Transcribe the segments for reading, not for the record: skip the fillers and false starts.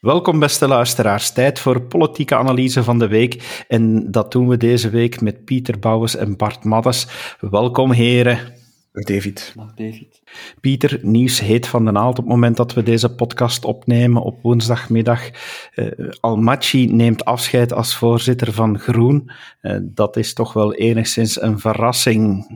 Welkom beste luisteraars, tijd voor politieke analyse van de week en dat doen we deze week met Pieter Bouwens en Bart Maddes. Welkom heren. Dag David. Dag David. Pieter, nieuws heet van de naald op het moment dat we deze podcast opnemen op woensdagmiddag. Almaty neemt afscheid als voorzitter van Groen. Dat is toch wel enigszins een verrassing.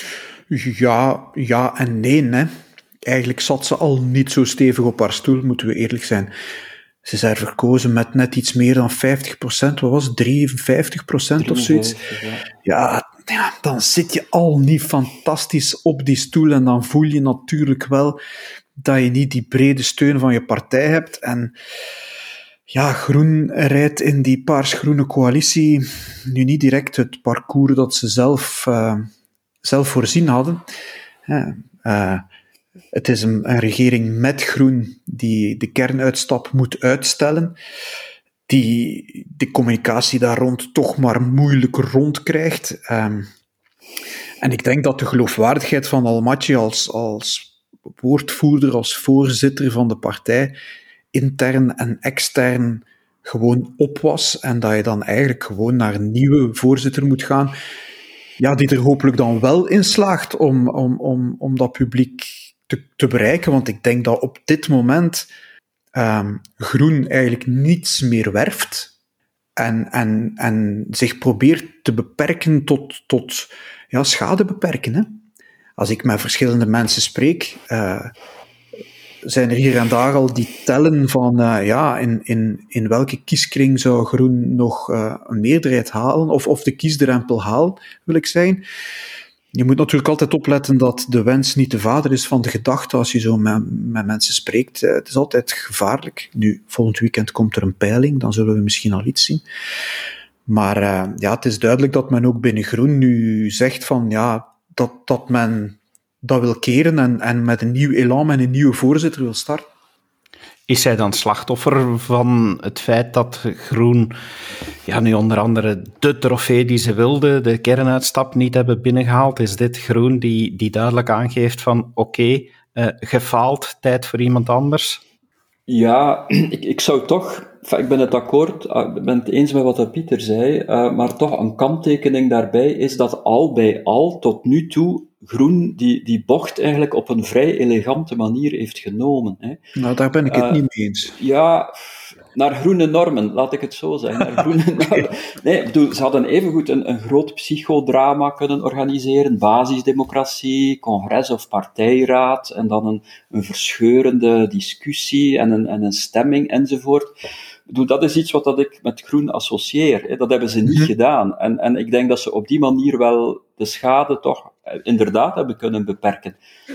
Ja en nee, hè. Eigenlijk zat ze al niet zo stevig op haar stoel, moeten we eerlijk zijn. Ze is er verkozen met net iets meer dan 50%, wat was het, 53% of zoiets? Ja, dan zit je al niet fantastisch op die stoel en dan voel je natuurlijk wel dat je niet die brede steun van je partij hebt. En ja, Groen rijdt in die paars-groene coalitie nu niet direct het parcours dat ze zelf voorzien hadden. Het is een regering met Groen die de kernuitstap moet uitstellen, die de communicatie daar rond toch maar moeilijk rondkrijgt. En ik denk dat de geloofwaardigheid van Almaty als woordvoerder, als voorzitter van de partij, intern en extern gewoon op was en dat je dan eigenlijk gewoon naar een nieuwe voorzitter moet gaan, ja, die er hopelijk dan wel in slaagt om dat publiek te bereiken, want ik denk dat op dit moment Groen eigenlijk niets meer werft en zich probeert te beperken tot schade beperken. Hè. Als ik met verschillende mensen spreek, zijn er hier en daar al die tellen van in welke kieskring zou Groen nog een meerderheid halen, of de kiesdrempel halen, wil ik zeggen. Je moet natuurlijk altijd opletten dat de wens niet de vader is van de gedachte als je zo met mensen spreekt. Het is altijd gevaarlijk. Nu, volgend weekend komt er een peiling, dan zullen we misschien al iets zien. Maar het is duidelijk dat men ook binnen Groen nu zegt van dat men dat wil keren en met een nieuw elan, met een nieuwe voorzitter wil starten. Is zij dan slachtoffer van het feit dat Groen nu onder andere de trofee die ze wilde, de kernuitstap, niet hebben binnengehaald? Is dit Groen die duidelijk aangeeft van oké, gefaald, tijd voor iemand anders? Ja, ik zou toch... Ik ben het akkoord, ik ben het eens met wat Pieter zei, maar toch een kanttekening daarbij is dat al bij al tot nu toe Groen die bocht eigenlijk op een vrij elegante manier heeft genomen. Hè. Nou, daar ben ik het niet mee eens. Ja, naar groene normen, laat ik het zo zeggen. Naar groene normen. Nee, ze hadden evengoed een groot psychodrama kunnen organiseren, basisdemocratie, congres of partijraad, en dan een verscheurende discussie en een stemming enzovoort. Dat is iets wat ik met Groen associeer. Hè. Dat hebben ze niet gedaan. En ik denk dat ze op die manier wel de schade toch inderdaad hebben kunnen beperken.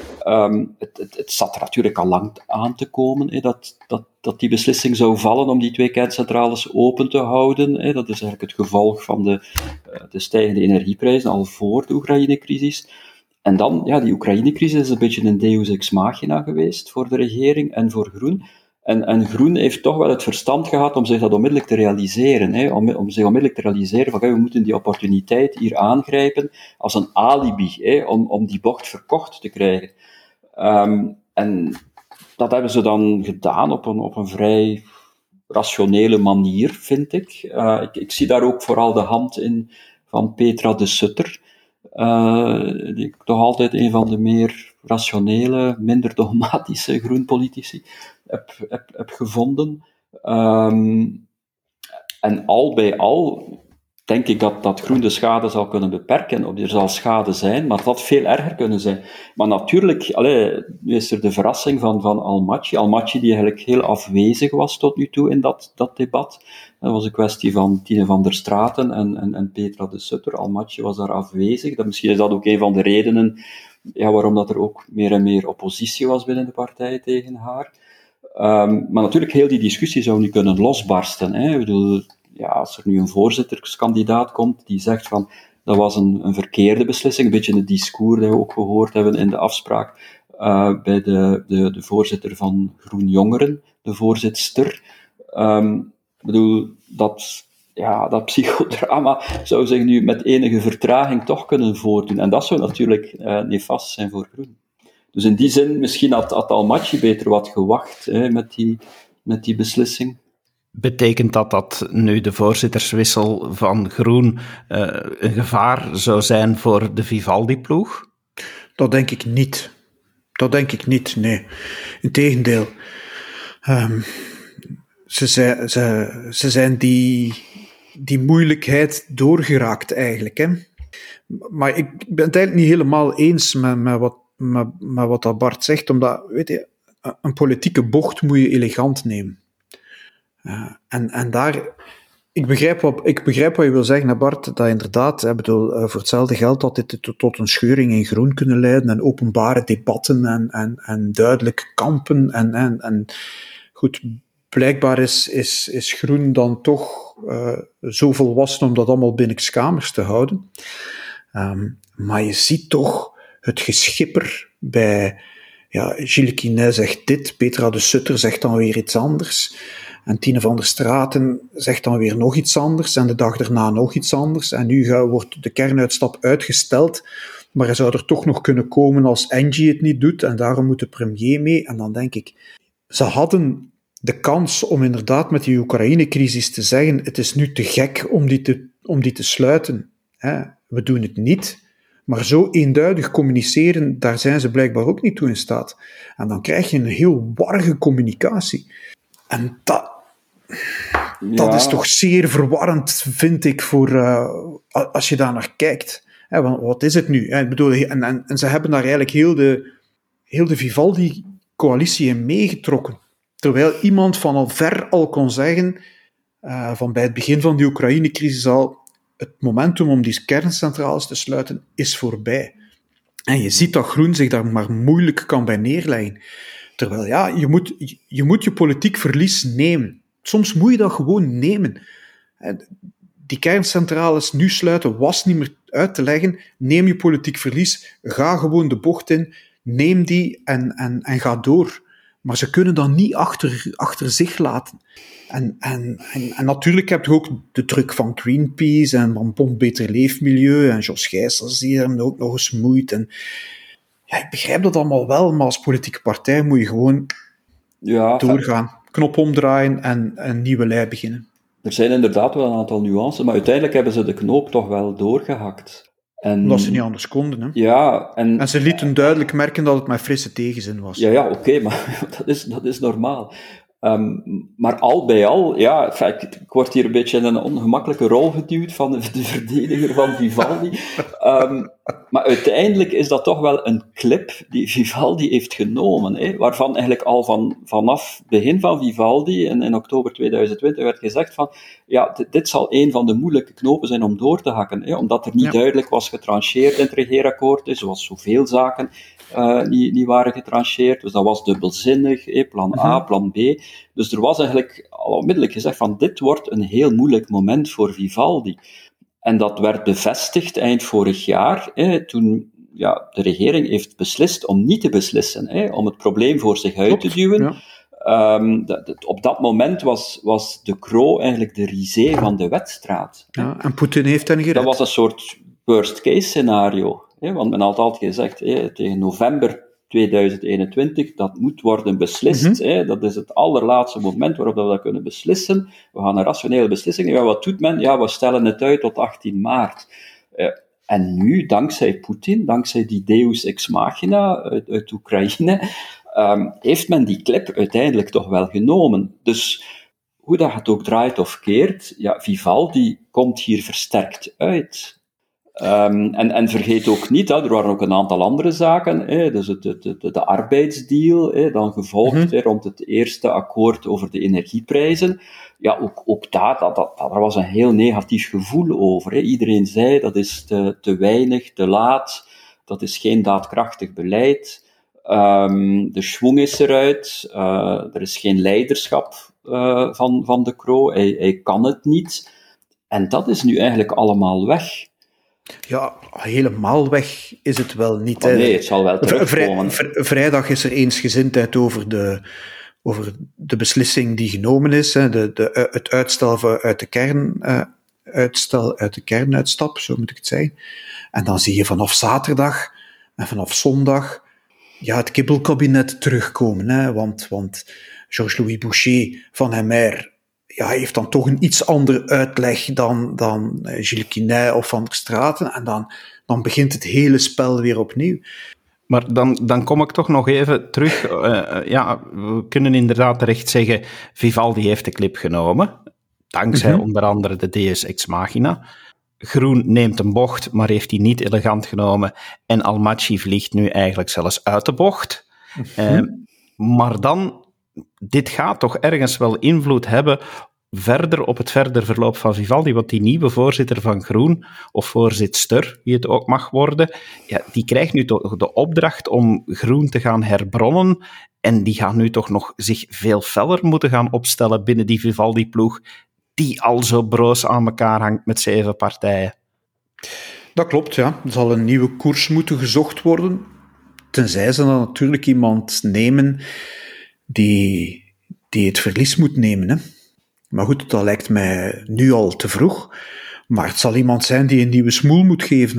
Het zat er natuurlijk al lang aan te komen, hè, dat die beslissing zou vallen om die 2 kerncentrales open te houden. Hè. Dat is eigenlijk het gevolg van de stijgende energieprijzen al voor de Oekraïne-crisis. En dan, die Oekraïne-crisis is een beetje een deus ex machina geweest voor de regering en voor Groen. En Groen heeft toch wel het verstand gehad om zich dat onmiddellijk te realiseren. Hè? Om zich onmiddellijk te realiseren van, we moeten die opportuniteit hier aangrijpen als een alibi, hè? Om die bocht verkocht te krijgen. En dat hebben ze dan gedaan op een vrij rationele manier, vind ik. Ik zie daar ook vooral de hand in van Petra de Sutter, die ik toch altijd een van de meer rationele, minder dogmatische groenpolitici heb gevonden. En al bij al denk ik dat Groen de schade zal kunnen beperken. Er zal schade zijn, maar het had veel erger kunnen zijn. Maar natuurlijk, nu is er de verrassing van Almaty. Almaty die eigenlijk heel afwezig was tot nu toe in dat debat. Dat was een kwestie van Tine van der Straten en Petra de Sutter. Almaty was daar afwezig. Misschien is dat ook een van de redenen waarom dat er ook meer en meer oppositie was binnen de partij tegen haar. Maar natuurlijk, heel die discussie zou nu kunnen losbarsten. Hè. Ik bedoel, als er nu een voorzitterskandidaat komt die zegt van dat was een verkeerde beslissing, een beetje het discours dat we ook gehoord hebben in de afspraak bij de voorzitter van Groen Jongeren, de voorzitster. Ik bedoel, dat psychodrama zou zich nu met enige vertraging toch kunnen voordoen. En dat zou natuurlijk nefast zijn voor Groen. Dus in die zin, misschien had Almaty beter wat gewacht met met die beslissing. Betekent dat nu de voorzitterswissel van Groen een gevaar zou zijn voor de Vivaldi-ploeg? Dat denk ik niet. Nee. Integendeel. Ze zijn die moeilijkheid doorgeraakt eigenlijk. Hè. Maar ik ben het eigenlijk niet helemaal eens met wat dat Bart zegt, omdat, weet je, een politieke bocht moet je elegant nemen. En daar... Ik begrijp wat je wil zeggen, Bart, dat inderdaad, voor hetzelfde geld had dit tot een scheuring in Groen kunnen leiden en openbare debatten en duidelijke kampen en goed, blijkbaar is Groen dan toch zo volwassen om dat allemaal binnenskamers te houden. Maar je ziet toch het geschipper bij... Ja, Gilles Quinet zegt dit, Petra de Sutter zegt dan weer iets anders. En Tine van der Straten zegt dan weer nog iets anders. En de dag daarna nog iets anders. En nu wordt de kernuitstap uitgesteld. Maar hij zou er toch nog kunnen komen als Angie het niet doet. En daarom moet de premier mee. En dan denk ik, ze hadden de kans om inderdaad met die Oekraïne-crisis te zeggen, het is nu te gek om die te sluiten. We doen het niet. Maar zo eenduidig communiceren, daar zijn ze blijkbaar ook niet toe in staat. En dan krijg je een heel warrige communicatie. En dat is toch zeer verwarrend, vind ik, voor als je daar naar kijkt. Want wat is het nu? Ik bedoel, en ze hebben daar eigenlijk heel de Vivaldi-coalitie in meegetrokken. Terwijl iemand van al ver al kon zeggen, van bij het begin van die Oekraïne-crisis al, het momentum om die kerncentrales te sluiten is voorbij. En je ziet dat Groen zich daar maar moeilijk kan bij neerleggen. Terwijl, ja, je moet je politiek verlies nemen. Soms moet je dat gewoon nemen. Die kerncentrales nu sluiten was niet meer uit te leggen. Neem je politiek verlies, ga gewoon de bocht in, neem die en ga door. Maar ze kunnen dat niet achter zich laten. En natuurlijk heb je ook de druk van Greenpeace en van Bond Beter Leefmilieu en Jos Gijsels die hem ook nog eens moeit. En ja, ik begrijp dat allemaal wel, maar als politieke partij moet je gewoon doorgaan. Knop omdraaien en een nieuwe lei beginnen. Er zijn inderdaad wel een aantal nuances, maar uiteindelijk hebben ze de knoop toch wel doorgehakt. Omdat ze niet anders konden. Hè? Ja, en ze lieten duidelijk merken dat het met frisse tegenzin was. Ja, oké, maar dat is normaal. Maar al bij al, ja, ik word hier een beetje in een ongemakkelijke rol geduwd van de verdediger van Vivaldi. Maar uiteindelijk is dat toch wel een clip die Vivaldi heeft genomen, waarvan eigenlijk al vanaf begin van Vivaldi, in oktober 2020, werd gezegd van, ja, dit zal een van de moeilijke knopen zijn om door te hakken, omdat er niet duidelijk was getrancheerd in het regeerakkoord, zoals zoveel zaken niet waren getrancheerd. Dus dat was dubbelzinnig, plan A, plan B. Dus er was eigenlijk al onmiddellijk gezegd van dit wordt een heel moeilijk moment voor Vivaldi. En dat werd bevestigd eind vorig jaar, toen de regering heeft beslist om niet te beslissen, om het probleem voor zich uit te duwen. Ja. Op dat moment was De Croo eigenlijk de risée van de wedstrijd. Ja, en Poetin heeft hen gered. Dat was een soort worst-case scenario. Want men had altijd gezegd, tegen november 2021, dat moet worden beslist. Dat is het allerlaatste moment waarop we dat kunnen beslissen. We gaan een rationele beslissing nemen. Wat doet men? Ja, we stellen het uit tot 18 maart. En nu, dankzij Poetin, dankzij die deus ex machina uit Oekraïne, heeft men die clip uiteindelijk toch wel genomen. Dus hoe dat het ook draait of keert, Vivaldi komt hier versterkt uit. En vergeet ook niet, er waren ook een aantal andere zaken, dus de arbeidsdeal, dan gevolgd rond het eerste akkoord over de energieprijzen. Ja, ook daar was een heel negatief gevoel over. Iedereen zei, dat is te weinig, te laat, dat is geen daadkrachtig beleid. De schwung is eruit, er is geen leiderschap van De Croo, hij kan het niet. En dat is nu eigenlijk allemaal weg. Ja, helemaal weg is het wel niet. Nee, het zal wel terugkomen. Vrijdag is er eensgezindheid over de beslissing die genomen is, het uitstel uit de kernuitstap, zo moet ik het zeggen. En dan zie je vanaf zaterdag en vanaf zondag het kibbelkabinet terugkomen. Want Georges-Louis Boucher van MR heeft dan toch een iets andere uitleg dan Gilles Quinet of Van der Straten. En dan begint het hele spel weer opnieuw. Maar dan kom ik toch nog even terug. We kunnen inderdaad terecht zeggen, Vivaldi heeft de clip genomen. Dankzij onder andere de Deus Ex Machina. Groen neemt een bocht, maar heeft die niet elegant genomen. En Almaty vliegt nu eigenlijk zelfs uit de bocht. Maar dan, dit gaat toch ergens wel invloed hebben verder op het verder verloop van Vivaldi, want die nieuwe voorzitter van Groen, of voorzitster, wie het ook mag worden, die krijgt nu toch de opdracht om Groen te gaan herbronnen, en die gaat nu toch nog zich veel feller moeten gaan opstellen binnen die Vivaldi-ploeg, die al zo broos aan elkaar hangt met 7 partijen. Dat klopt, ja. Er zal een nieuwe koers moeten gezocht worden, tenzij ze dan natuurlijk iemand nemen die het verlies moet nemen, hè. Maar goed, dat lijkt mij nu al te vroeg. Maar het zal iemand zijn die een nieuwe smoel moet geven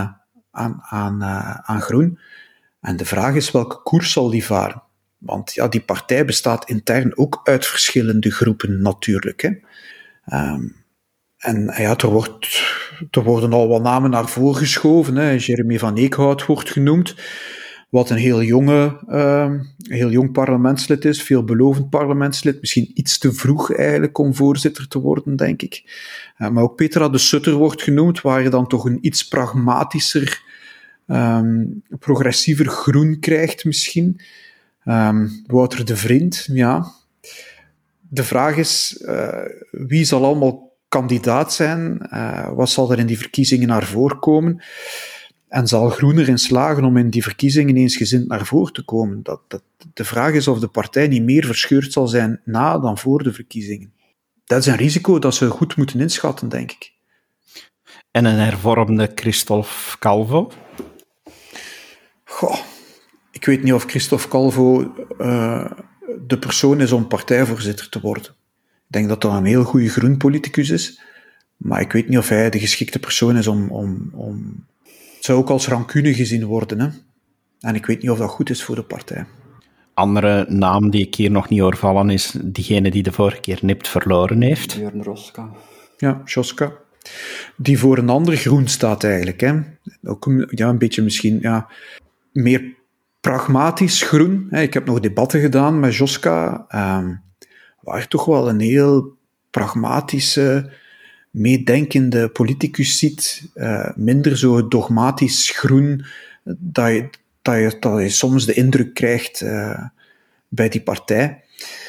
aan Groen. En de vraag is, welke koers zal die varen? Want die partij bestaat intern ook uit verschillende groepen natuurlijk, hè. Er worden al wat namen naar voren geschoven, hè. Jeremy van Eekhout wordt genoemd, wat een heel jong parlementslid is, veelbelovend parlementslid, misschien iets te vroeg eigenlijk om voorzitter te worden, denk ik. Maar ook Petra de Sutter wordt genoemd, waar je dan toch een iets pragmatischer, progressiever groen krijgt misschien. Wouter de Vriend, ja. De vraag is, wie zal allemaal kandidaat zijn? Wat zal er in die verkiezingen naar voren komen? En zal Groen erin slagen om in die verkiezingen eensgezind naar voren te komen? De vraag is of de partij niet meer verscheurd zal zijn na dan voor de verkiezingen. Dat is een risico dat ze goed moeten inschatten, denk ik. En een hervormde Christophe Calvo? Goh, ik weet niet of Christophe Calvo de persoon is om partijvoorzitter te worden. Ik denk dat dat een heel goede groenpoliticus is, maar ik weet niet of hij de geschikte persoon is om het zou ook als rancune gezien worden, hè? En ik weet niet of dat goed is voor de partij. Andere naam die ik hier nog niet hoor vallen is diegene die de vorige keer nipt verloren heeft. Björn Roska. Ja, Joska. Die voor een ander groen staat eigenlijk, hè? Ook een beetje misschien meer pragmatisch groen. Ik heb nog debatten gedaan met Joska, waar toch wel een heel pragmatische, meedenkende politicus ziet, minder zo dogmatisch groen, dat je soms de indruk krijgt bij die partij.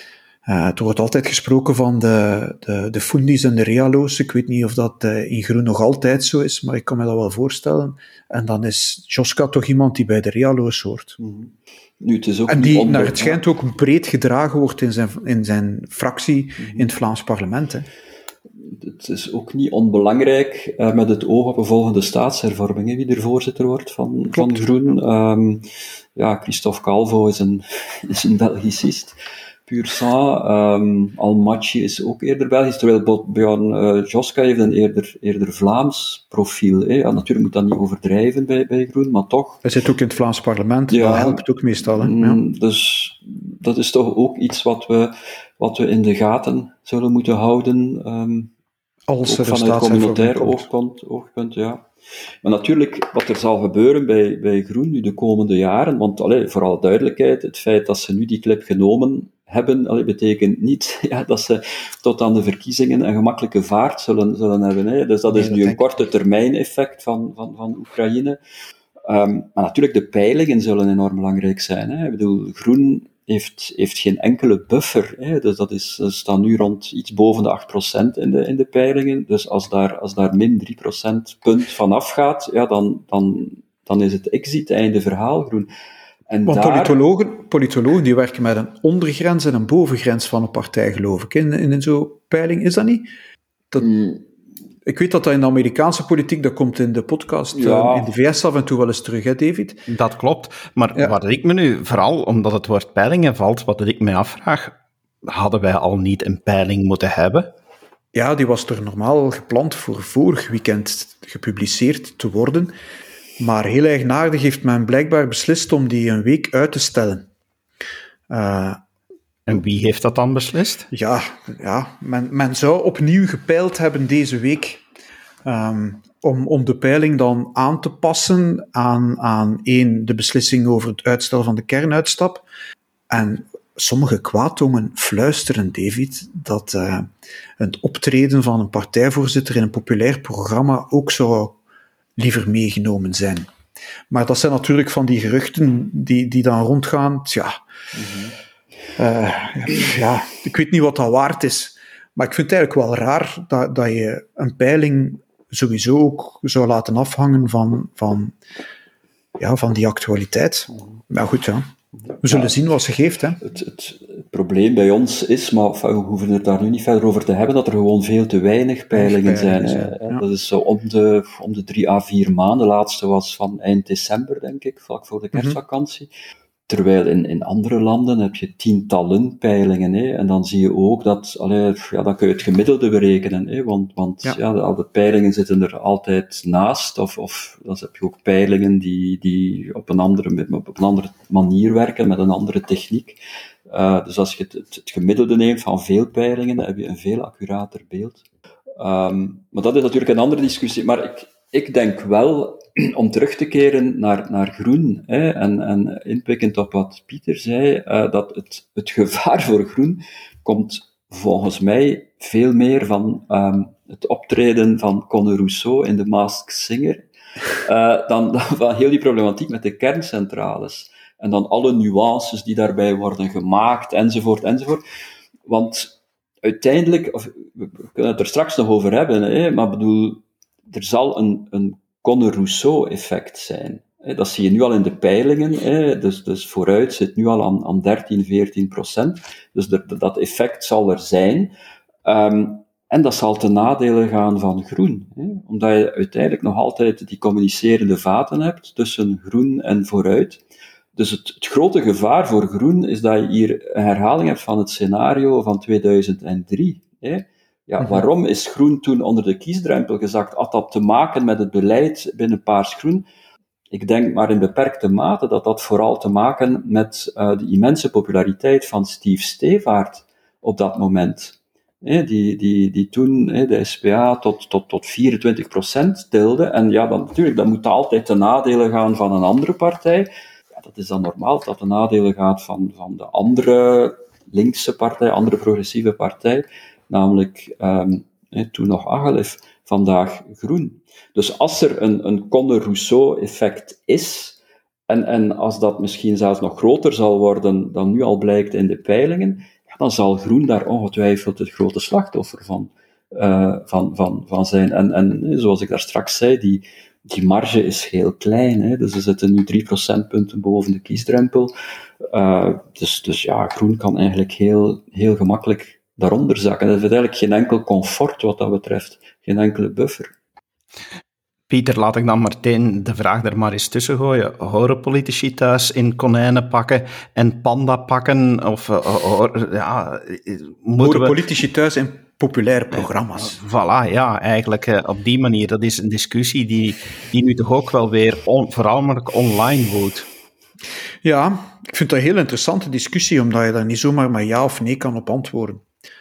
Er wordt altijd gesproken van de Fundis en de Realo's. Ik weet niet of dat in Groen nog altijd zo is, maar ik kan me dat wel voorstellen. En dan is Joska toch iemand die bij de Realo's hoort. Nu, het is ook en die, naar het schijnt, ook breed gedragen wordt in zijn fractie in het Vlaams parlement, hè. Het is ook niet onbelangrijk met het oog op een volgende staatshervorming, hè, wie er voorzitter wordt van Groen. Christophe Calvo is een Belgicist, puur sang. Almaty is ook eerder Belgisch, terwijl Björn Joska heeft een eerder Vlaams profiel. Hè. Ja, natuurlijk moet dat niet overdrijven bij Groen, maar toch. Hij zit ook in het Vlaams parlement, dat helpt ook meestal. Hè. Dus dat is toch ook iets wat we in de gaten zullen moeten houden. Als ook vanuit communautair oogpunt, ja. Maar natuurlijk, wat er zal gebeuren bij Groen nu de komende jaren, want voor alle duidelijkheid, het feit dat ze nu die clip genomen hebben, betekent niet dat ze tot aan de verkiezingen een gemakkelijke vaart zullen hebben. Hè. Dus dat is nu een korte termijn effect van Oekraïne. Maar natuurlijk, de peilingen zullen enorm belangrijk zijn. Hè. Ik bedoel, Groen heeft geen enkele buffer. Hè. Dus ze staan nu rond iets boven de 8% in de peilingen. Dus als daar min 3 procentpunt vanaf gaat, dan is het exit einde verhaal, Groen. En want politologen die werken met een ondergrens en een bovengrens van een partij, geloof ik, in zo'n peiling. Is dat niet? Ik weet dat in de Amerikaanse politiek, dat komt in de podcast in de VS af en toe wel eens terug, hè, David? Dat klopt. Maar wat ik me nu, vooral omdat het woord peilingen valt, wat ik me afvraag, hadden wij al niet een peiling moeten hebben? Ja, die was er normaal gepland voor vorig weekend gepubliceerd te worden. Maar heel eigenaardig heeft men blijkbaar beslist om die een week uit te stellen. En wie heeft dat dan beslist? Ja, men zou opnieuw gepeild hebben deze week om de peiling dan aan te passen aan de beslissing over het uitstel van de kernuitstap. En sommige kwaadtongen fluisteren, David, dat het optreden van een partijvoorzitter in een populair programma ook zou liever meegenomen zijn. Maar dat zijn natuurlijk van die geruchten die dan rondgaan. Tja, ik weet niet wat dat waard is. Maar ik vind het eigenlijk wel raar dat je een peiling sowieso ook zou laten afhangen van die actualiteit. Maar goed, ja. We zullen zien wat ze geeft. Hè. Het probleem bij ons is, maar we hoeven het daar nu niet verder over te hebben, dat er gewoon veel te weinig peilingen zijn. Ja. Dat is zo om de 3 à 4 maanden. De laatste was van eind december, denk ik, vlak voor de kerstvakantie. Terwijl in andere landen heb je tientallen peilingen, hè, en dan zie je ook dat, dan kun je het gemiddelde berekenen, hè, want de peilingen zitten er altijd naast, of dan heb je ook peilingen die op een andere manier werken, met een andere techniek. Dus als je het gemiddelde neemt van veel peilingen, dan heb je een veel accurater beeld. Maar dat is natuurlijk een andere discussie, maar ik denk wel, om terug te keren naar groen, en inpikkend op wat Pieter zei, dat het gevaar voor groen komt volgens mij veel meer van het optreden van Conor Rousseau in The Masked Singer, dan van heel die problematiek met de kerncentrales. En dan alle nuances die daarbij worden gemaakt, enzovoort, enzovoort. Want uiteindelijk, we kunnen het er straks nog over hebben, maar bedoel, er zal een Conor Rousseau-effect zijn. Dat zie je nu al in de peilingen. Dus vooruit zit nu al aan 13-14%. Dus dat effect zal er zijn. En dat zal ten nadele gaan van groen. Omdat je uiteindelijk nog altijd die communicerende vaten hebt tussen groen en vooruit. Dus het grote gevaar voor groen is dat je hier een herhaling hebt van het scenario van 2003. Waarom is groen toen onder de kiesdrempel gezakt? Had dat te maken met het beleid binnen Paars-Groen? Ik denk maar in beperkte mate dat dat vooral te maken met de immense populariteit van Steve Stevaart op dat moment. Die toen de SPA tot 24% tilde. En ja, dan natuurlijk, dat moet altijd ten nadele gaan van een andere partij. Ja, dat is dan normaal, dat ten nadele gaat van de andere linkse partij, andere progressieve partij. Namelijk toen nog Agalef, vandaag groen. Dus als er een Conor Rousseau-effect is, en als dat misschien zelfs nog groter zal worden dan nu al blijkt in de peilingen, dan zal groen daar ongetwijfeld het grote slachtoffer van zijn. En zoals ik daar straks zei, die marge is heel klein. Dus we zitten nu 3 procentpunten boven de kiesdrempel. Dus ja, groen kan eigenlijk heel, heel gemakkelijk daaronder zakken. Dat heeft eigenlijk geen enkel comfort wat dat betreft. Geen enkele buffer. Pieter, laat ik dan meteen de vraag er maar eens tussen gooien. Horen politici thuis in konijnen pakken en panda pakken? Horen politici thuis in populaire programma's? Voilà, ja, eigenlijk op die manier. Dat is een discussie die nu toch ook wel weer voornamelijk online woedt. Ja, ik vind dat een heel interessante discussie, omdat je daar niet zomaar maar ja of nee kan op antwoorden.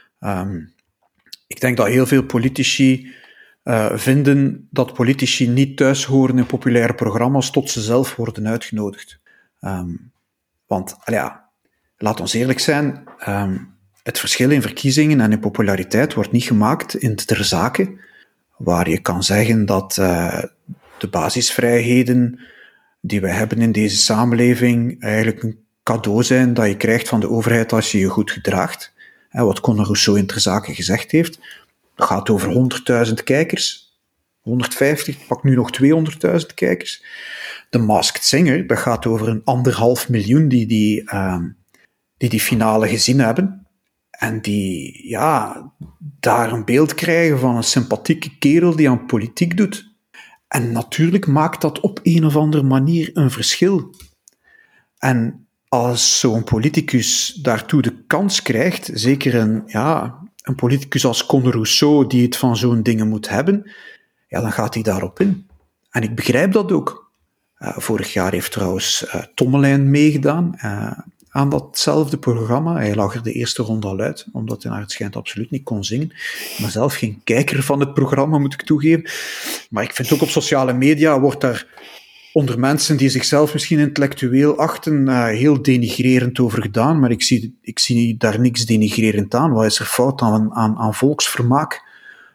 Ik denk dat heel veel politici vinden dat politici niet thuis horen in populaire programma's tot ze zelf worden uitgenodigd. Want, laat ons eerlijk zijn, het verschil in verkiezingen en in populariteit wordt niet gemaakt in ter zake, waar je kan zeggen dat de basisvrijheden die we hebben in deze samenleving eigenlijk een cadeau zijn dat je krijgt van de overheid als je je goed gedraagt. Wat Conor Rousseau in ter zake gezegd heeft, dat gaat over 100.000 kijkers, 150, pak nu nog 200.000 kijkers. The Masked Singer, dat gaat over 1,5 miljoen die finale gezien hebben en die daar een beeld krijgen van een sympathieke kerel die aan politiek doet. En natuurlijk maakt dat op een of andere manier een verschil. En als zo'n politicus daartoe de kans krijgt, zeker een politicus als Conor Rousseau die het van zo'n dingen moet hebben, dan gaat hij daarop in. En ik begrijp dat ook. Vorig jaar heeft trouwens Tommelijn meegedaan aan datzelfde programma. Hij lag er de eerste ronde al uit, omdat hij naar het schijnt absoluut niet kon zingen. Ik ben zelf geen kijker van het programma, moet ik toegeven. Maar ik vind ook op sociale media wordt daar onder mensen die zichzelf misschien intellectueel achten, heel denigrerend over gedaan. Maar ik zie daar niks denigrerend aan. Wat is er fout aan volksvermaak?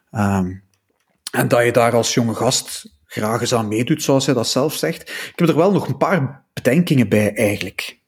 En dat je daar als jonge gast graag eens aan meedoet, zoals hij dat zelf zegt. Ik heb er wel nog een paar bedenkingen bij, eigenlijk.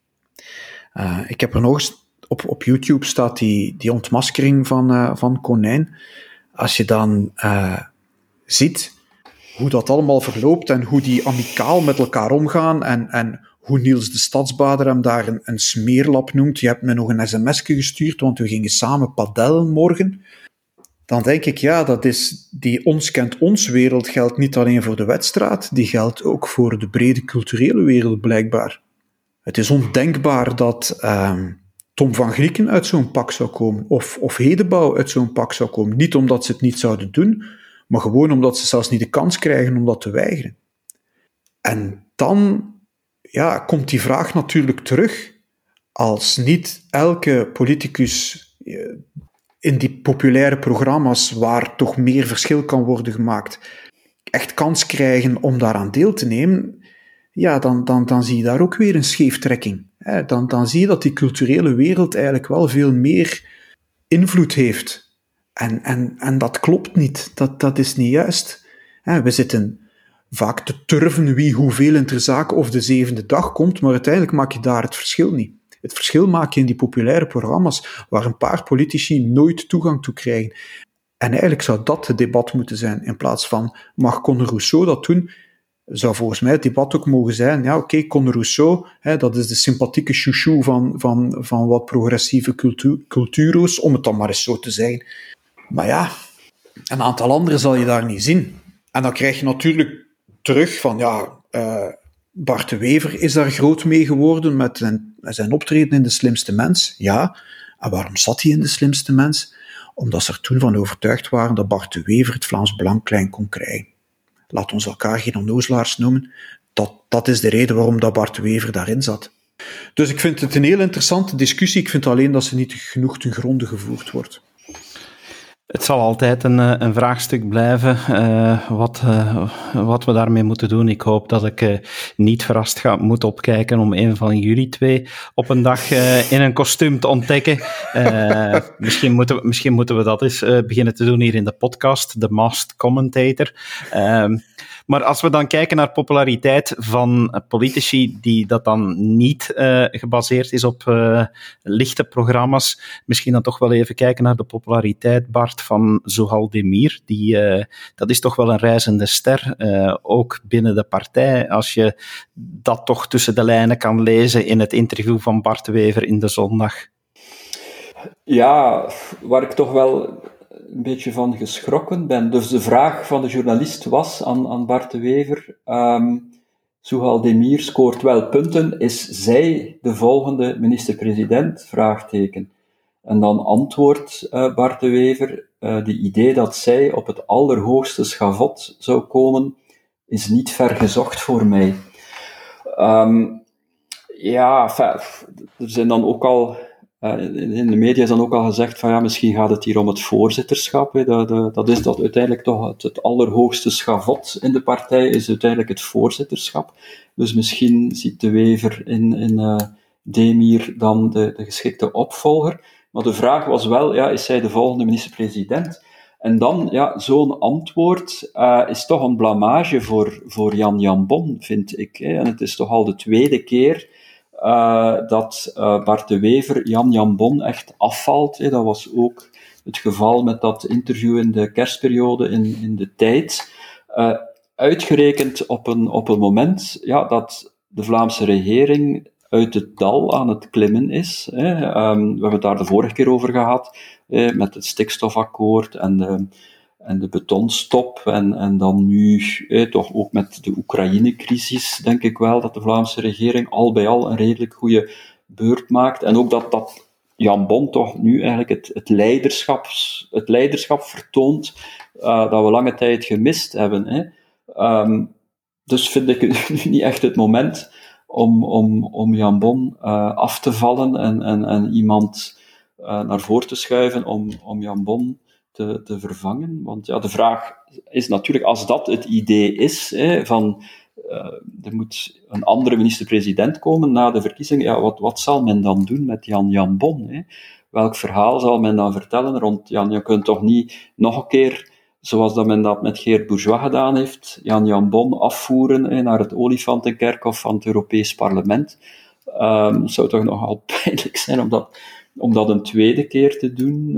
Ik heb er nog eens... Op YouTube staat die ontmaskering van Konijn. Als je dan ziet hoe dat allemaal verloopt en hoe die amicaal met elkaar omgaan en hoe Niels de Stadsbader hem daar een smeerlap noemt. Je hebt me nog een sms'je gestuurd, want we gingen samen padellen morgen. Dan denk ik, ja, dat is die ons kent ons wereld geldt niet alleen voor de wedstrijd, die geldt ook voor de brede culturele wereld, blijkbaar. Het is ondenkbaar dat Tom van Grieken uit zo'n pak zou komen, of Hedebouw uit zo'n pak zou komen. Niet omdat ze het niet zouden doen, maar gewoon omdat ze zelfs niet de kans krijgen om dat te weigeren. En dan komt die vraag natuurlijk terug. Als niet elke politicus in die populaire programma's waar toch meer verschil kan worden gemaakt, echt kans krijgen om daaraan deel te nemen, ja, dan zie je daar ook weer een scheeftrekking. Dan zie je dat die culturele wereld eigenlijk wel veel meer invloed heeft. En dat klopt niet. Dat is niet juist. We zitten vaak te turven wie hoeveel in ter zake of de zevende dag komt, maar uiteindelijk maak je daar het verschil niet. Het verschil maak je in die populaire programma's waar een paar politici nooit toegang toe krijgen. En eigenlijk zou dat het debat moeten zijn, in plaats van mag Conor Rousseau dat doen, zou volgens mij het debat ook mogen zijn, ja oké, Conor Rousseau, dat is de sympathieke chouchou van wat progressieve culturo's, om het dan maar eens zo te zeggen. Maar ja, een aantal anderen zal je daar niet zien. En dan krijg je natuurlijk terug van, Bart de Wever is daar groot mee geworden met zijn optreden in De Slimste Mens. Ja, en waarom zat hij in De Slimste Mens? Omdat ze er toen van overtuigd waren dat Bart de Wever het Vlaams Belang klein kon krijgen. Laat ons elkaar geen onnozelaars noemen. Dat is de reden waarom dat Bart de Wever daarin zat. Dus ik vind het een heel interessante discussie. Ik vind alleen dat ze niet genoeg ten gronde gevoerd wordt. Het zal altijd een vraagstuk blijven, wat we daarmee moeten doen. Ik hoop dat ik niet verrast moet opkijken om een van jullie twee op een dag in een kostuum te ontdekken. Misschien moeten we dat eens beginnen te doen hier in de podcast, de Masked Commentator. Maar als we dan kijken naar populariteit van politici die dat dan niet gebaseerd is op lichte programma's, misschien dan toch wel even kijken naar de populariteit, Bart, van Zuhal Demir. Dat is toch wel een reizende ster, ook binnen de partij. Als je dat toch tussen de lijnen kan lezen in het interview van Bart de Wever in De Zondag. Ja, waar ik toch wel een beetje van geschrokken ben. Dus de vraag van de journalist was aan Bart de Wever, Zuhal Demir scoort wel punten, is zij de volgende minister-president? Vraagteken. En dan antwoordt Bart de Wever, de idee dat zij op het allerhoogste schavot zou komen, is niet ver gezocht voor mij. Er zijn dan ook al... in de media is dan ook al gezegd van misschien gaat het hier om het voorzitterschap. Dat is dat uiteindelijk toch het allerhoogste schavot in de partij, is uiteindelijk het voorzitterschap. Dus misschien ziet de Wever in Demir dan de geschikte opvolger. Maar de vraag was wel, is zij de volgende minister-president? En dan, zo'n antwoord is toch een blamage voor Jan Jambon, vind ik. En het is toch al de tweede keer dat Bart de Wever Jan Jambon echt afvalt. Dat was ook het geval met dat interview in de kerstperiode in De Tijd. Uitgerekend op een moment dat de Vlaamse regering uit het dal aan het klimmen is. We hebben het daar de vorige keer over gehad, met het stikstofakkoord en de betonstop, en dan nu toch ook met de Oekraïne-crisis, denk ik wel, dat de Vlaamse regering al bij al een redelijk goede beurt maakt. En ook dat Jambon toch nu eigenlijk het leiderschap vertoont dat we lange tijd gemist hebben. Dus vind ik het nu niet echt het moment om Jan Bon af te vallen en iemand naar voren te schuiven om Jan Bon te vervangen. Want ja, de vraag is natuurlijk, als dat het idee is, van er moet een andere minister-president komen na de verkiezingen, ja, wat zal men dan doen met Jan Bon? Welk verhaal zal men dan vertellen rond Jan? Je kunt toch niet nog een keer, zoals dat men dat met Geert Bourgeois gedaan heeft, Jan Bon afvoeren naar het Olifantenkerkhof van het Europees Parlement. Het zou toch nogal pijnlijk zijn om dat een tweede keer te doen.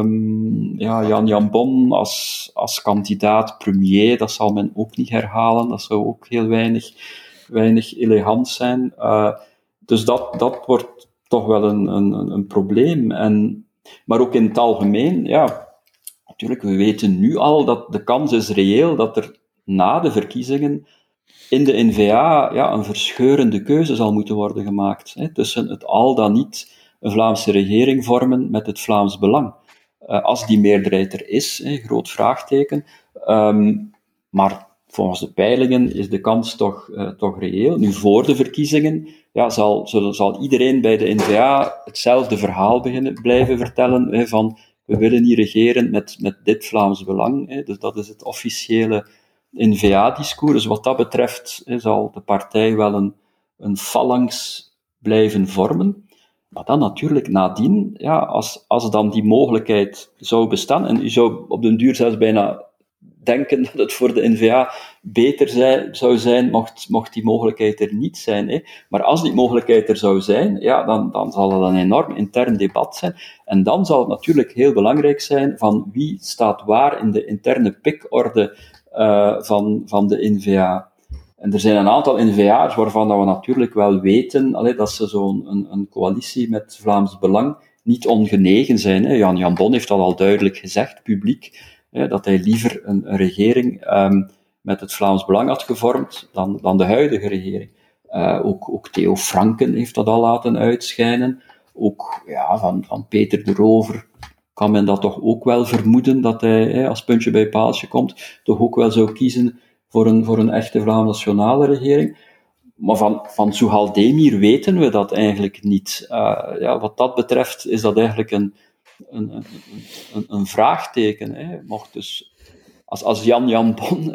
Jan Bon als kandidaat premier, dat zal men ook niet herhalen. Dat zou ook heel weinig elegant zijn. Dus dat wordt toch wel een probleem. Maar ook in het algemeen, ja, natuurlijk, we weten nu al dat de kans is reëel dat er na de verkiezingen in de N-VA een verscheurende keuze zal moeten worden gemaakt, tussen het al dan niet een Vlaamse regering vormen met het Vlaams Belang. Als die meerderheid er is, groot vraagteken. Maar volgens de peilingen is de kans toch reëel. Nu, voor de verkiezingen zal iedereen bij de N-VA hetzelfde verhaal blijven vertellen, van we willen niet regeren met dit Vlaams Belang. Dus dat is het officiële N-VA-discours. Dus wat dat betreft zal de partij wel een phalanx blijven vormen. Maar dan natuurlijk nadien, als dan die mogelijkheid zou bestaan, en u zou op den duur zelfs bijna denken dat het voor de N-VA beter zou zijn, mocht die mogelijkheid er niet zijn. Maar als die mogelijkheid er zou zijn, dan zal dat een enorm intern debat zijn. En dan zal het natuurlijk heel belangrijk zijn van wie staat waar in de interne pikorde van de N-VA. En er zijn een aantal N-VA'ers waarvan we natuurlijk wel weten dat ze een coalitie met Vlaams Belang niet ongenegen zijn. Jan Bon heeft dat al duidelijk gezegd, publiek, dat hij liever een regering met het Vlaams Belang had gevormd dan de huidige regering. Ook Theo Franken heeft dat al laten uitschijnen. Ook van Peter de Rover kan men dat toch ook wel vermoeden, dat hij, als puntje bij paaltje komt, toch ook wel zou kiezen voor een echte Vlaams nationale regering. Maar van Zuhal Demir weten we dat eigenlijk niet. Wat dat betreft is dat eigenlijk een vraagteken. Mocht dus, als Jan Bon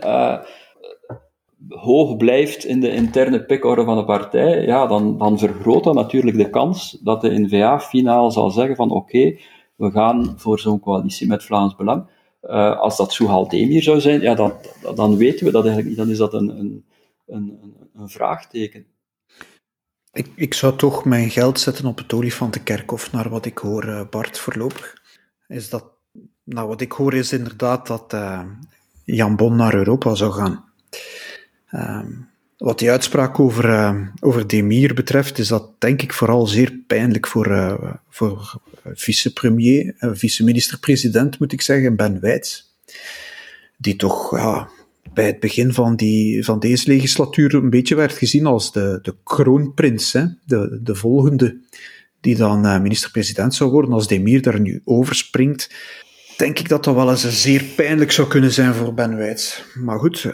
hoog blijft in de interne pikorde van de partij, dan vergroot dat natuurlijk de kans dat de N-VA finaal zal zeggen van oké, we gaan voor zo'n coalitie met Vlaams Belang. Als dat Zuhal Demir zou zijn, dan weten we dat eigenlijk niet. Dan is dat een vraagteken. Ik zou toch mijn geld zetten op het Olifantenkerkhof, naar wat ik hoor, Bart, voorlopig. Wat ik hoor is inderdaad dat Jan Bon naar Europa zou gaan. Wat die uitspraak over Demir betreft, is dat denk ik vooral zeer pijnlijk voor vicepremier, vice-minister-president moet ik zeggen, Ben Wijts. Die toch bij het begin van deze legislatuur een beetje werd gezien als de kroonprins, de volgende die dan minister-president zou worden. Als Demir daar nu overspringt, denk ik dat wel eens zeer pijnlijk zou kunnen zijn voor Ben Wijts. Maar goed,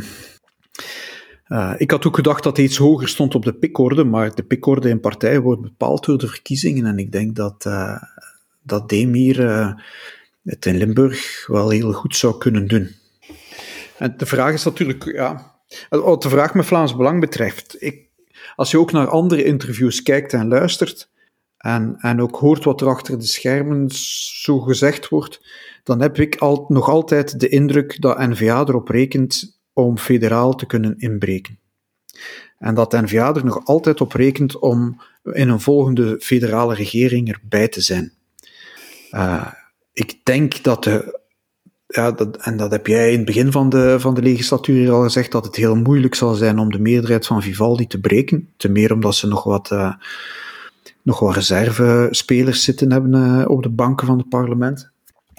ik had ook gedacht dat hij iets hoger stond op de pikorde, maar de pikorde in partij wordt bepaald door de verkiezingen en ik denk dat Demir het in Limburg wel heel goed zou kunnen doen. En de vraag is natuurlijk, wat de vraag met Vlaams Belang betreft, als je ook naar andere interviews kijkt en luistert en ook hoort wat er achter de schermen zo gezegd wordt, dan heb ik nog altijd de indruk dat N-VA erop rekent om federaal te kunnen inbreken. En dat N-VA er nog altijd op rekent om in een volgende federale regering erbij te zijn. Ik denk en dat heb jij in het begin van de legislatuur al gezegd, dat het heel moeilijk zal zijn om de meerderheid van Vivaldi te breken. Ten meer omdat ze nog wat reservespelers zitten hebben op de banken van het parlement.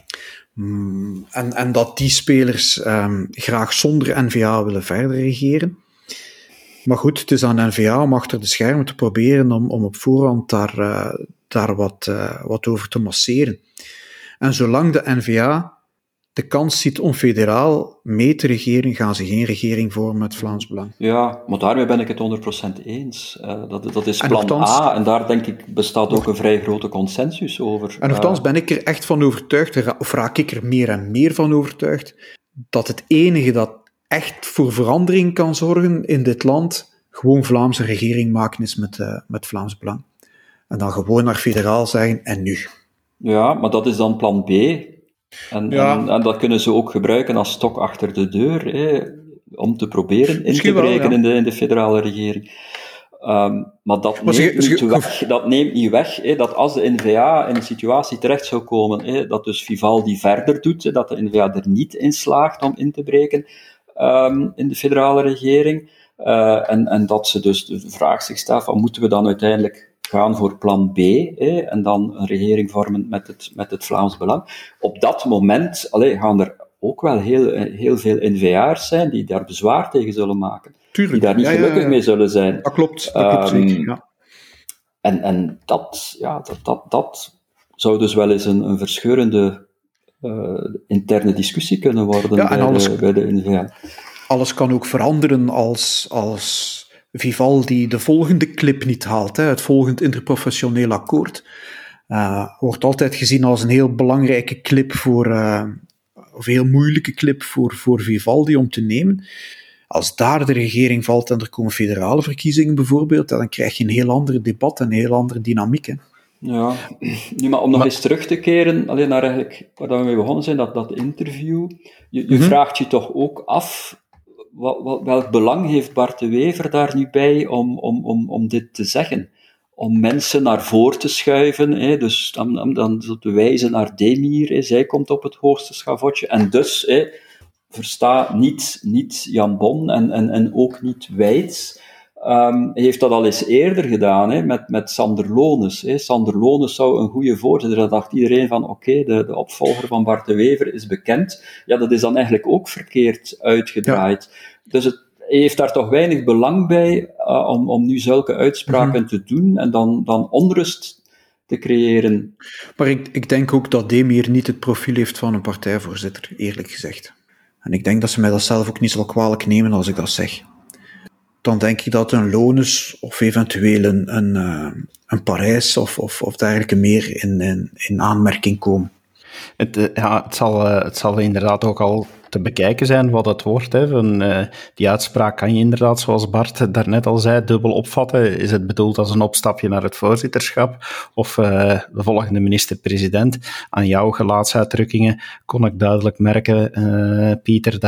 En dat die spelers graag zonder N-VA willen verder regeren. Maar goed, het is aan N-VA om achter de schermen te proberen om op voorhand daar wat over te masseren. En zolang de N-VA de kans ziet om federaal mee te regeren, gaan ze geen regering vormen met Vlaams Belang. Ja, maar daarmee ben ik het 100% eens. Dat is plan A, en daar denk ik bestaat ook een vrij grote consensus over. En nochtans ben ik er echt van overtuigd, of raak ik er meer en meer van overtuigd, dat het enige dat echt voor verandering kan zorgen in dit land, gewoon Vlaamse regering maken is met Vlaams Belang. En dan gewoon naar federaal zeggen, en nu? Ja, maar dat is dan plan B. En dat kunnen ze ook gebruiken als stok achter de deur, om te proberen in te breken in de federale regering. Maar dat neemt niet weg dat als de N-VA in een situatie terecht zou komen, dat dus Vivaldi verder doet, dat de N-VA er niet in slaagt om in te breken in de federale regering, en dat ze dus de vraag zich stelt van, moeten we dan uiteindelijk gaan voor plan B, en dan een regering vormen met het Vlaams Belang. Op dat moment gaan er ook wel heel veel N-VA'ers zijn die daar bezwaar tegen zullen maken. Tuurlijk. Die daar niet gelukkig mee zullen zijn. Dat klopt zeker, ja. En dat zou dus wel eens een verscheurende interne discussie kunnen worden bij de N-VA. Alles kan ook veranderen als Vivaldi de volgende clip niet haalt, het volgend interprofessioneel akkoord. Wordt altijd gezien als een heel belangrijke clip of heel moeilijke clip voor Vivaldi om te nemen. Als daar de regering valt en er komen federale verkiezingen bijvoorbeeld, dan krijg je een heel ander debat en een heel andere dynamiek. Hè. Ja, nu, maar om nog eens terug te keren, alleen naar eigenlijk waar we mee begonnen zijn, dat interview, je vraagt je toch ook af, welk belang heeft Bart de Wever daar nu bij om dit te zeggen? Om mensen naar voren te schuiven, dus dan zo te wijzen naar Demir, zij komt op het hoogste schavotje, en dus versta niet Jan Bon en ook niet Wijts. Hij heeft dat al eens eerder gedaan, met Sander Lones. Sander Lones zou een goede voorzitter. Dan dacht iedereen van, oké, de opvolger van Bart de Wever is bekend. Ja, dat is dan eigenlijk ook verkeerd uitgedraaid. Ja. Dus hij heeft daar toch weinig belang bij om nu zulke uitspraken te doen en dan onrust te creëren. Maar ik denk ook dat Demir niet het profiel heeft van een partijvoorzitter, eerlijk gezegd. En ik denk dat ze mij dat zelf ook niet zal kwalijk nemen als ik dat zeg. Dan denk ik dat een Lones of eventueel een Parijs of dergelijke meer in aanmerking komen. Het zal inderdaad ook al te bekijken zijn wat het wordt. Die uitspraak kan je inderdaad, zoals Bart daarnet al zei, dubbel opvatten. Is het bedoeld als een opstapje naar het voorzitterschap? Of de volgende minister-president? Aan jouw gelaatsuitdrukkingen kon ik duidelijk merken, Pieter,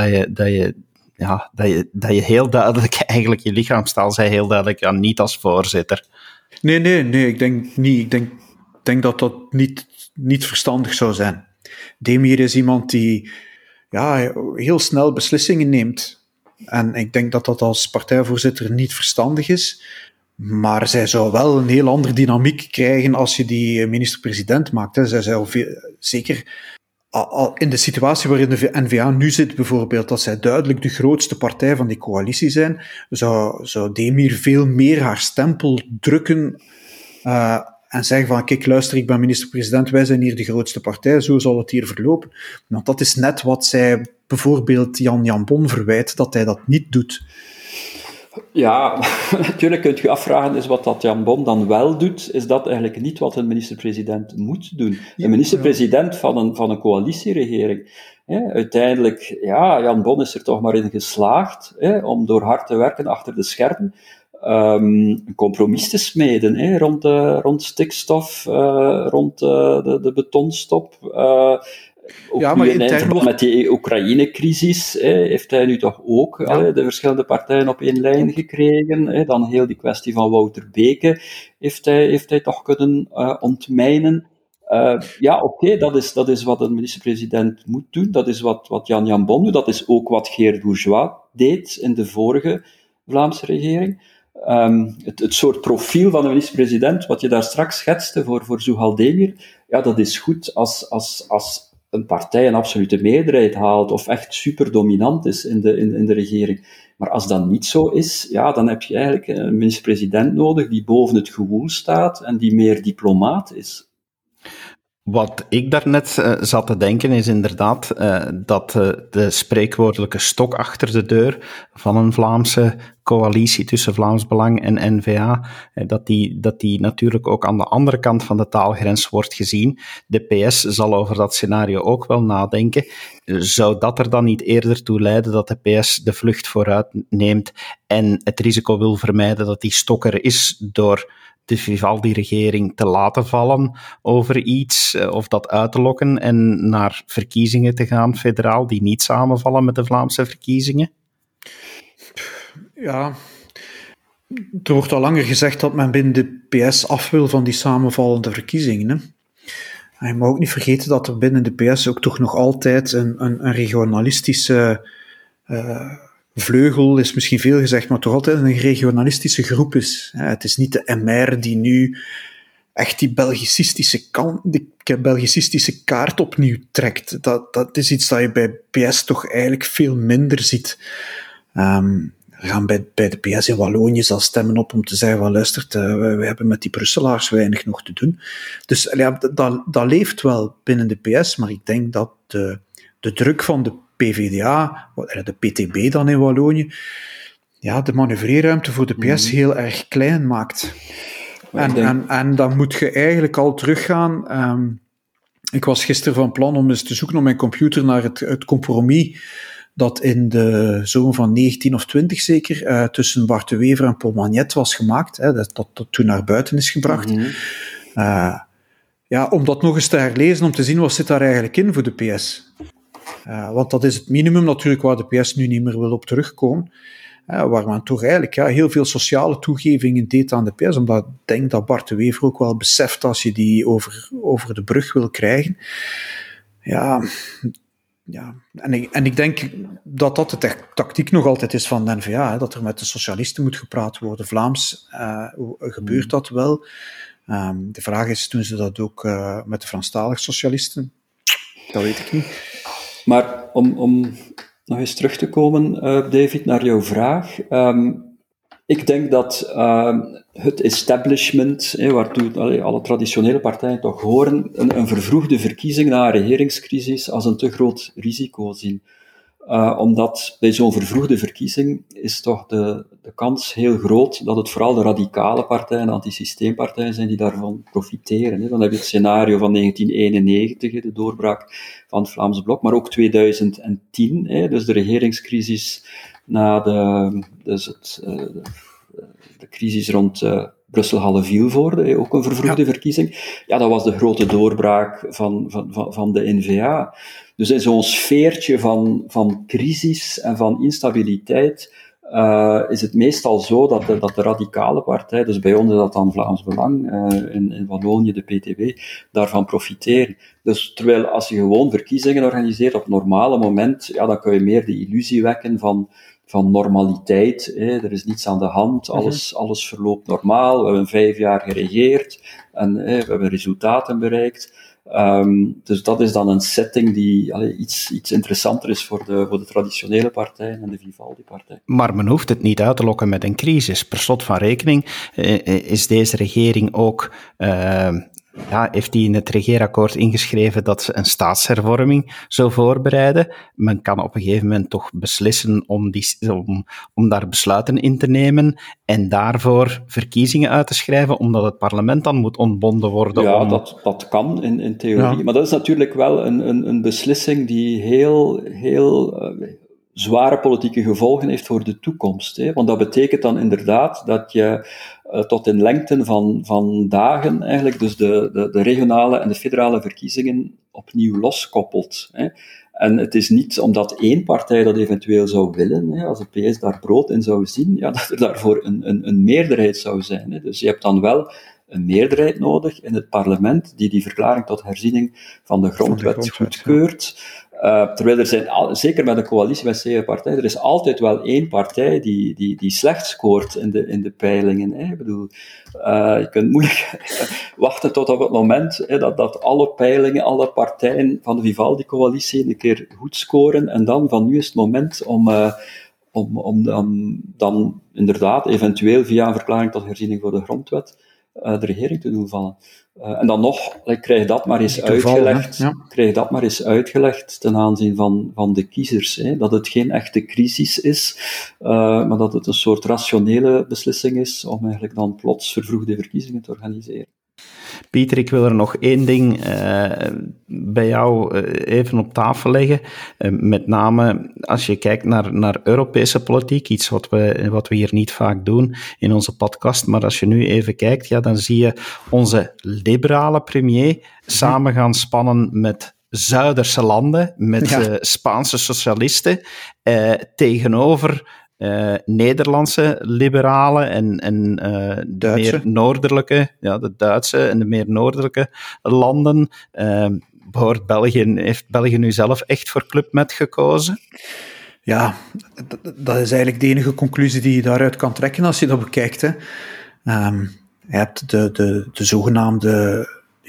dat je heel duidelijk, eigenlijk je lichaamstaal zei heel duidelijk, niet als voorzitter. Nee, ik denk niet. Ik denk dat dat niet verstandig zou zijn. Demir is iemand die heel snel beslissingen neemt. En ik denk dat dat als partijvoorzitter niet verstandig is. Maar zij zou wel een heel andere dynamiek krijgen als je die minister-president maakt. Zij zou zeker in de situatie waarin de N-VA nu zit, bijvoorbeeld, dat zij duidelijk de grootste partij van die coalitie zijn, zou Demir veel meer haar stempel drukken en zeggen van, kijk, luister, ik ben minister-president, wij zijn hier de grootste partij, zo zal het hier verlopen. Want dat is net wat zij bijvoorbeeld Jan Bon verwijt, dat hij dat niet doet. Ja, natuurlijk kun je afvragen, is wat dat Jan Bon dan wel doet, is dat eigenlijk niet wat een minister-president moet doen. Een minister-president van een coalitieregering. Uiteindelijk, Jan Bon is er toch maar in geslaagd om door hard te werken achter de schermen een compromis te smeden rond stikstof, rond de betonstop. Met die Oekraïne-crisis heeft hij nu toch ook de verschillende partijen op één lijn gekregen. Dan heel die kwestie van Wouter Beke heeft hij toch kunnen ontmijnen. Dat is wat een minister-president moet doen. Dat is wat Jan Bon doet. Dat is ook wat Geert Bourgeois deed in de vorige Vlaamse regering. Het soort profiel van de minister-president, wat je daar straks schetste voor Zuhal Demir, dat is goed als een partij een absolute meerderheid haalt of echt super dominant is in de regering. Maar als dat niet zo is, dan heb je eigenlijk een minister-president nodig die boven het gewoel staat en die meer diplomaat is. Wat ik daarnet zat te denken is inderdaad dat de spreekwoordelijke stok achter de deur van een Vlaamse coalitie tussen Vlaams Belang en N-VA, dat die natuurlijk ook aan de andere kant van de taalgrens wordt gezien. De PS zal over dat scenario ook wel nadenken. Zou dat er dan niet eerder toe leiden dat de PS de vlucht vooruit neemt en het risico wil vermijden dat die stok er is door de Vivaldi-regering te laten vallen over iets, of dat uit te lokken en naar verkiezingen te gaan, federaal, die niet samenvallen met de Vlaamse verkiezingen? Ja, er wordt al langer gezegd dat men binnen de PS af wil van die samenvallende verkiezingen. Hè? En je mag ook niet vergeten dat er binnen de PS ook toch nog altijd een regionalistische vleugel, is misschien veel gezegd, maar toch altijd een regionalistische groep is. Het is niet de MR die nu echt die Belgicistische kaart opnieuw trekt. Dat is iets dat je bij PS toch eigenlijk veel minder ziet. Er gaan bij de PS in Wallonië zelfs stemmen op om te zeggen van luistert, we hebben met die Brusselaars weinig nog te doen. Dus ja, dat leeft wel binnen de PS, maar ik denk dat de druk van de PvdA, de PTB dan in Wallonië, ja, de manoeuvreerruimte voor de PS heel erg klein maakt. En dan moet je eigenlijk al teruggaan. Ik was gisteren van plan om eens te zoeken op mijn computer naar het compromis dat in de zomer van 19 of 20 zeker tussen Bart de Wever en Paul Magnet was gemaakt, dat toen naar buiten is gebracht. Ja, om dat nog eens te herlezen, om te zien wat zit daar eigenlijk in voor de PS. Want dat is het minimum natuurlijk waar de PS nu niet meer wil op terugkomen. Waar men toch eigenlijk heel veel sociale toegevingen deed aan de PS, omdat ik denk dat Bart de Wever ook wel beseft als je die over de brug wil krijgen. Ja, en ik denk dat dat de tactiek nog altijd is van de N-VA, dat er met de socialisten moet gepraat worden. Vlaams gebeurt dat wel. De vraag is, doen ze dat ook met de Franstalige socialisten? Dat weet ik niet. Maar om nog eens terug te komen, David, naar jouw vraag. Ik denk dat het establishment, waartoe alle traditionele partijen toch horen, een vervroegde verkiezing na een regeringscrisis als een te groot risico zien. Omdat bij zo'n vervroegde verkiezing is toch de kans heel groot dat het vooral de radicale partijen, de antisysteempartijen zijn die daarvan profiteren. Dan heb je het scenario van 1991, de doorbraak van het Vlaams Blok, maar ook 2010, dus de regeringscrisis na de crisis rond Brussel-Halle-Vilvoorde, ook een vervroegde verkiezing. Ja, dat was de grote doorbraak van de N-VA. Dus in zo'n sfeertje van crisis en van instabiliteit is het meestal zo dat de radicale partij, dus bij ons is dat dan Vlaams Belang, in Wallonië de PTB, daarvan profiteren. Dus terwijl als je gewoon verkiezingen organiseert op normale moment, ja, dan kun je meer de illusie wekken van normaliteit. Er is niets aan de hand, alles verloopt normaal, we hebben 5 jaar geregeerd en we hebben resultaten bereikt. Dus dat is dan een setting die iets interessanter is voor de traditionele partijen en de Vivaldi-partij. Maar men hoeft het niet uit te lokken met een crisis. Per slot van rekening is deze regering ook... heeft hij in het regeerakkoord ingeschreven dat ze een staatshervorming zou voorbereiden. Men kan op een gegeven moment toch beslissen om daar besluiten in te nemen en daarvoor verkiezingen uit te schrijven, omdat het parlement dan moet ontbonden worden. Ja, dat kan in theorie. Ja. Maar dat is natuurlijk wel een beslissing die heel zware politieke gevolgen heeft voor de toekomst. Want dat betekent dan inderdaad dat je tot in lengte van dagen eigenlijk dus de regionale en de federale verkiezingen opnieuw loskoppelt. En het is niet omdat één partij dat eventueel zou willen, als de PS daar brood in zou zien, ja, dat er daarvoor een meerderheid zou zijn. Dus je hebt dan wel een meerderheid nodig in het parlement die verklaring tot herziening van de grondwet goedkeurt. Terwijl er zijn, zeker met een coalitie met 7 partijen, er is altijd wel één partij die slecht scoort in de peilingen. Ik bedoel, je kunt moeilijk wachten tot op het moment dat alle peilingen, alle partijen van de Vivaldi-coalitie een keer goed scoren en dan van nu is het moment om dan inderdaad eventueel via een verklaring tot herziening voor de grondwet de regering te doen vallen. En dan nog, krijg dat maar eens uitgelegd. Ja. Krijg dat maar eens uitgelegd ten aanzien van de kiezers. Hè, dat het geen echte crisis is, maar dat het een soort rationele beslissing is om eigenlijk dan plots vervroegde verkiezingen te organiseren. Pieter, ik wil er nog één ding bij jou even op tafel leggen. Met name als je kijkt naar Europese politiek, iets wat we hier niet vaak doen in onze podcast, maar als je nu even kijkt, ja, dan zie je onze liberale premier samen gaan spannen met Zuiderse landen, met Spaanse socialisten, tegenover Nederlandse liberalen en de meer noordelijke, de Duitse en de meer noordelijke landen. Heeft België nu zelf echt voor Club Med gekozen? Ja, dat is eigenlijk de enige conclusie die je daaruit kan trekken als je dat bekijkt. Hè. Je hebt de zogenaamde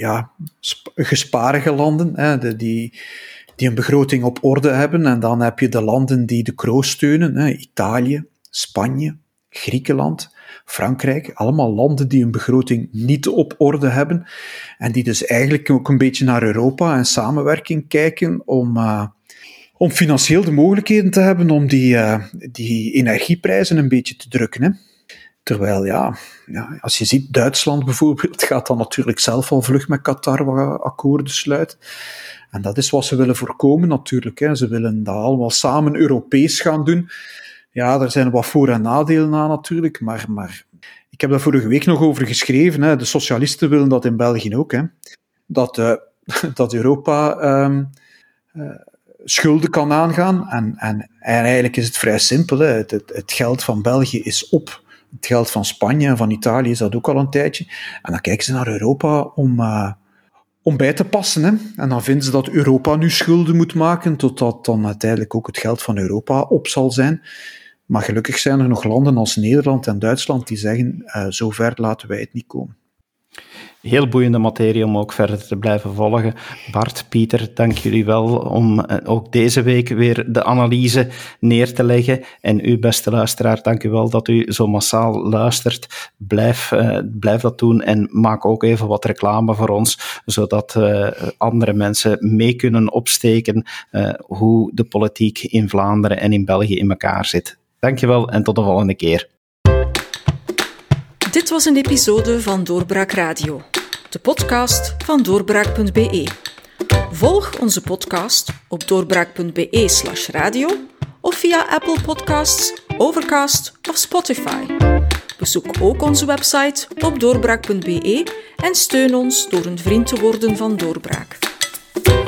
gesparige landen, hè, die een begroting op orde hebben. En dan heb je de landen die de kroon steunen. Hè, Italië, Spanje, Griekenland, Frankrijk. Allemaal landen die een begroting niet op orde hebben. En die dus eigenlijk ook een beetje naar Europa en samenwerking kijken om financieel de mogelijkheden te hebben om die energieprijzen een beetje te drukken. Hè. Terwijl, als je ziet, Duitsland bijvoorbeeld gaat dan natuurlijk zelf al vlug met Qatar akkoorden sluiten. En dat is wat ze willen voorkomen natuurlijk. Hè. Ze willen dat allemaal samen Europees gaan doen. Ja, daar zijn wat voor- en nadelen aan natuurlijk, maar ik heb daar vorige week nog over geschreven. Hè. De socialisten willen dat in België ook. Hè. Dat Europa schulden kan aangaan. En eigenlijk is het vrij simpel. Hè. Het geld van België is op. Het geld van Spanje en van Italië is dat ook al een tijdje. En dan kijken ze naar Europa om bij te passen. Hè. En dan vinden ze dat Europa nu schulden moet maken, totdat dan uiteindelijk ook het geld van Europa op zal zijn. Maar gelukkig zijn er nog landen als Nederland en Duitsland die zeggen, zo ver laten wij het niet komen. Heel boeiende materie om ook verder te blijven volgen. Bart, Pieter, dank jullie wel om ook deze week weer de analyse neer te leggen. En u, beste luisteraar, dank u wel dat u zo massaal luistert. Blijf dat doen en maak ook even wat reclame voor ons, zodat andere mensen mee kunnen opsteken hoe de politiek in Vlaanderen en in België in elkaar zit. Dank je wel en tot de volgende keer. Dit was een episode van Doorbraak Radio, de podcast van doorbraak.be. Volg onze podcast op doorbraak.be/radio of via Apple Podcasts, Overcast of Spotify. Bezoek ook onze website op doorbraak.be en steun ons door een vriend te worden van Doorbraak.